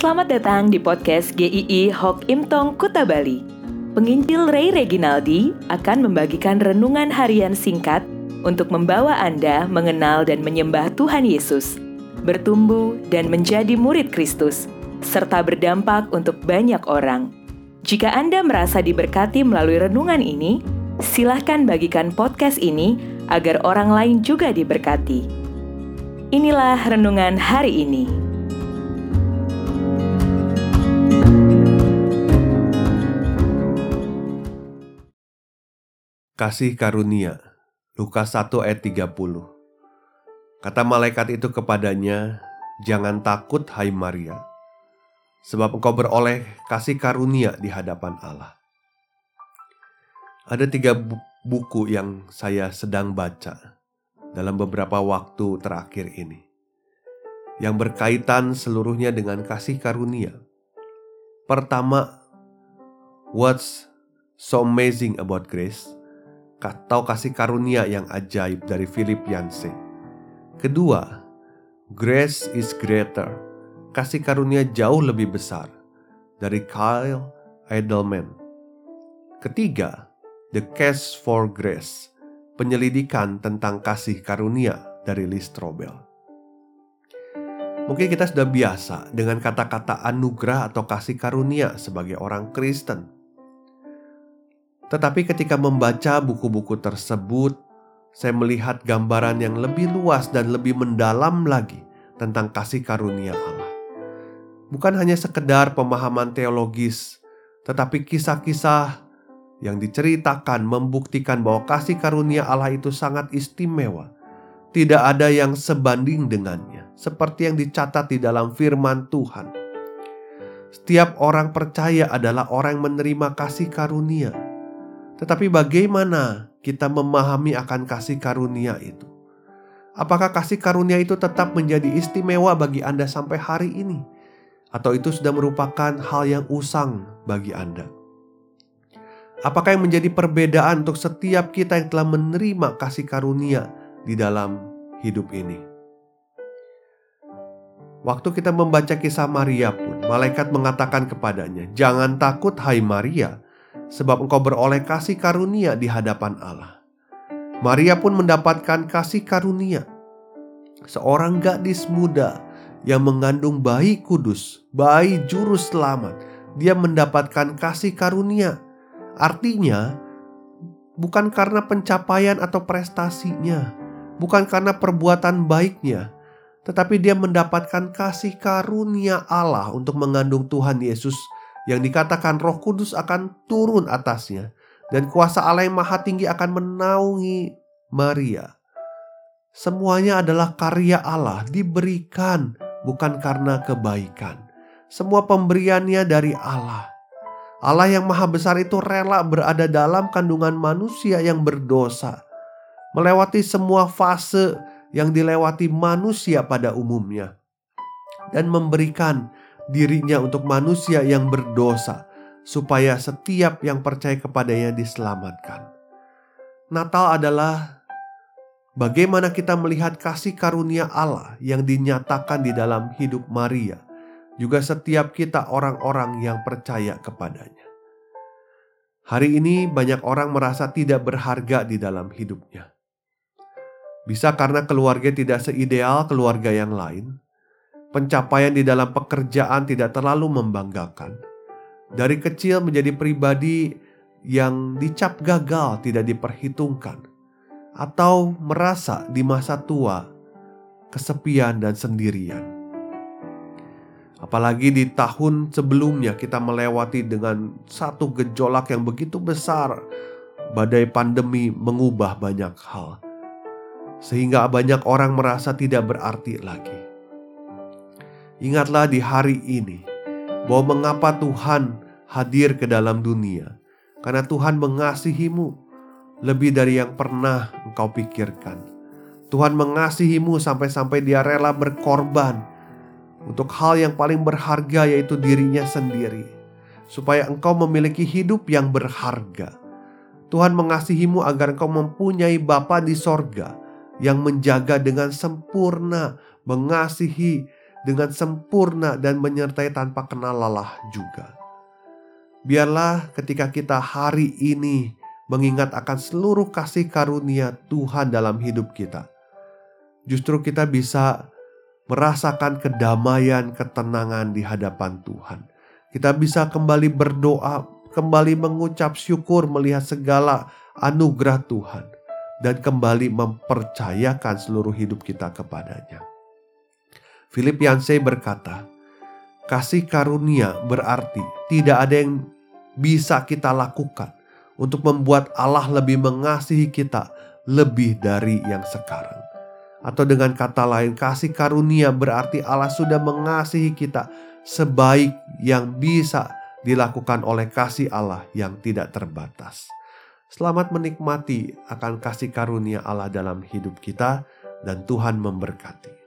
Selamat datang di podcast GII Hok Im Tong Kuta Bali. Penginjil Ray Reginaldi akan membagikan renungan harian singkat untuk membawa Anda mengenal dan menyembah Tuhan Yesus, bertumbuh dan menjadi murid Kristus, serta berdampak untuk banyak orang. Jika Anda merasa diberkati melalui renungan ini, silahkan bagikan podcast ini agar orang lain juga diberkati. Inilah renungan hari ini. Kasih karunia, Lukas 1 ayat 30. Kata malaikat itu kepadanya, "Jangan takut, hai Maria, sebab engkau beroleh kasih karunia di hadapan Allah." Ada 3 buku yang saya sedang baca dalam beberapa waktu terakhir ini, yang berkaitan seluruhnya dengan kasih karunia. Pertama, What's So Amazing About Grace, atau kasih karunia yang ajaib dari Philip Yancey. Kedua, Grace is Greater, kasih karunia jauh lebih besar, dari Kyle Edelman. Ketiga, The Case for Grace, penyelidikan tentang kasih karunia dari Lee Strobel. Mungkin kita sudah biasa dengan kata-kata anugerah atau kasih karunia sebagai orang Kristen. Tetapi ketika membaca buku-buku tersebut, saya melihat gambaran yang lebih luas dan lebih mendalam lagi tentang kasih karunia Allah. Bukan hanya sekedar pemahaman teologis, tetapi kisah-kisah yang diceritakan membuktikan bahwa kasih karunia Allah itu sangat istimewa. Tidak ada yang sebanding dengannya, seperti yang dicatat di dalam firman Tuhan. Setiap orang percaya adalah orang yang menerima kasih karunia. Tetapi bagaimana kita memahami akan kasih karunia itu? Apakah kasih karunia itu tetap menjadi istimewa bagi Anda sampai hari ini? Atau itu sudah merupakan hal yang usang bagi Anda? Apakah yang menjadi perbedaan untuk setiap kita yang telah menerima kasih karunia di dalam hidup ini? Waktu kita membaca kisah Maria pun, malaikat mengatakan kepadanya, "Jangan takut, hai Maria, sebab engkau beroleh kasih karunia di hadapan Allah." Maria pun mendapatkan kasih karunia. Seorang gadis muda yang mengandung bayi kudus, bayi juru selamat. Dia mendapatkan kasih karunia. Artinya, bukan karena pencapaian atau prestasinya, bukan karena perbuatan baiknya, tetapi dia mendapatkan kasih karunia Allah untuk mengandung Tuhan Yesus, yang dikatakan Roh Kudus akan turun atasnya dan kuasa Allah yang Maha Tinggi akan menaungi Maria. Semuanya adalah karya Allah, diberikan bukan karena kebaikan. Semua pemberiannya dari Allah. Allah yang Maha Besar itu rela berada dalam kandungan manusia yang berdosa, melewati semua fase yang dilewati manusia pada umumnya, dan memberikan dirinya untuk manusia yang berdosa, supaya setiap yang percaya kepadanya diselamatkan. Natal adalah bagaimana kita melihat kasih karunia Allah yang dinyatakan di dalam hidup Maria, juga setiap kita orang-orang yang percaya kepadanya. Hari ini banyak orang merasa tidak berharga di dalam hidupnya. Bisa karena keluarga tidak seideal keluarga yang lain. Pencapaian di dalam pekerjaan tidak terlalu membanggakan. Dari kecil menjadi pribadi yang dicap gagal, tidak diperhitungkan. Atau merasa di masa tua kesepian dan sendirian. Apalagi di tahun sebelumnya kita melewati dengan satu gejolak yang begitu besar. Badai pandemi mengubah banyak hal, sehingga banyak orang merasa tidak berarti lagi. Ingatlah di hari ini bahwa mengapa Tuhan hadir ke dalam dunia. Karena Tuhan mengasihimu lebih dari yang pernah engkau pikirkan. Tuhan mengasihimu sampai-sampai Dia rela berkorban untuk hal yang paling berharga, yaitu dirinya sendiri, supaya engkau memiliki hidup yang berharga. Tuhan mengasihimu agar engkau mempunyai Bapa di sorga yang menjaga dengan sempurna, mengasihi dengan sempurna dan menyertai tanpa kenal lelah juga. Biarlah ketika kita hari ini mengingat akan seluruh kasih karunia Tuhan dalam hidup kita, justru kita bisa merasakan kedamaian, ketenangan di hadapan Tuhan. Kita bisa kembali berdoa, kembali mengucap syukur melihat segala anugerah Tuhan, dan kembali mempercayakan seluruh hidup kita kepadanya. Philip Yancey berkata, kasih karunia berarti tidak ada yang bisa kita lakukan untuk membuat Allah lebih mengasihi kita lebih dari yang sekarang. Atau dengan kata lain, kasih karunia berarti Allah sudah mengasihi kita sebaik yang bisa dilakukan oleh kasih Allah yang tidak terbatas. Selamat menikmati akan kasih karunia Allah dalam hidup kita, dan Tuhan memberkati.